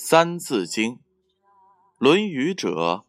三字经，论语者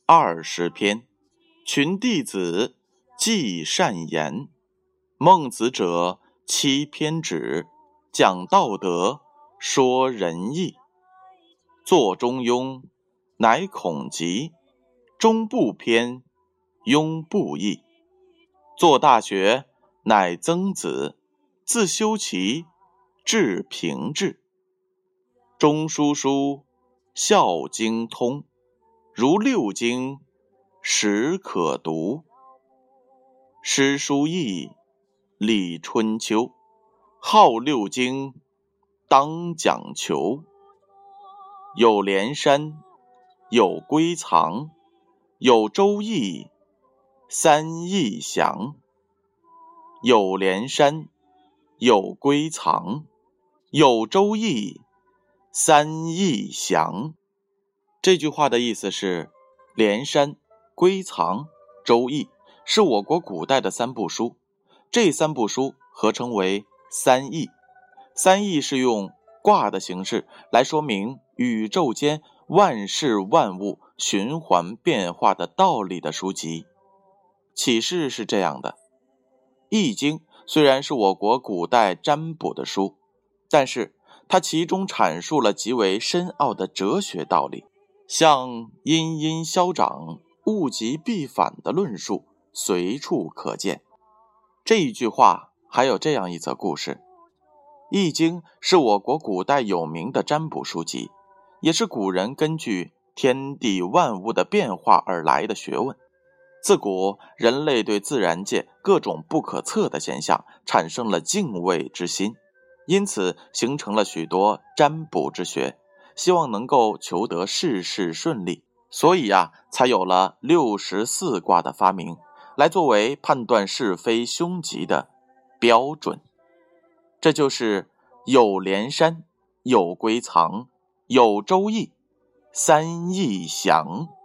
20篇，群弟子记善言。孟子者7篇止，讲道德，说仁义。作中庸，乃孔伋；中不偏，庸不义。作大学，乃曾子；自修齐，至平治。中书书，孝经通，如六经，实可读。诗书易，礼春秋，号六经，当讲求。有连山，有归藏，有周易，三易详。有连山，有归藏，有周易，三易详。这句话的意思是，连山、归藏、周易是我国古代的3部书，这3部书合称为三易。三易是用卦的形式来说明宇宙间万事万物循环变化的道理的书籍。启示是这样的，易经虽然是我国古代占卜的书，但是它其中阐述了极为深奥的哲学道理，像阴阴消长、物极必反的论述随处可见。这一句话还有这样一则故事。易经是我国古代有名的占卜书籍，也是古人根据天地万物的变化而来的学问。自古人类对自然界各种不可测的现象产生了敬畏之心，因此形成了许多占卜之学，希望能够求得事事顺利。所以才有了64卦的发明，来作为判断是非凶吉的标准。这就是有连山，有归藏，有周易，三易详。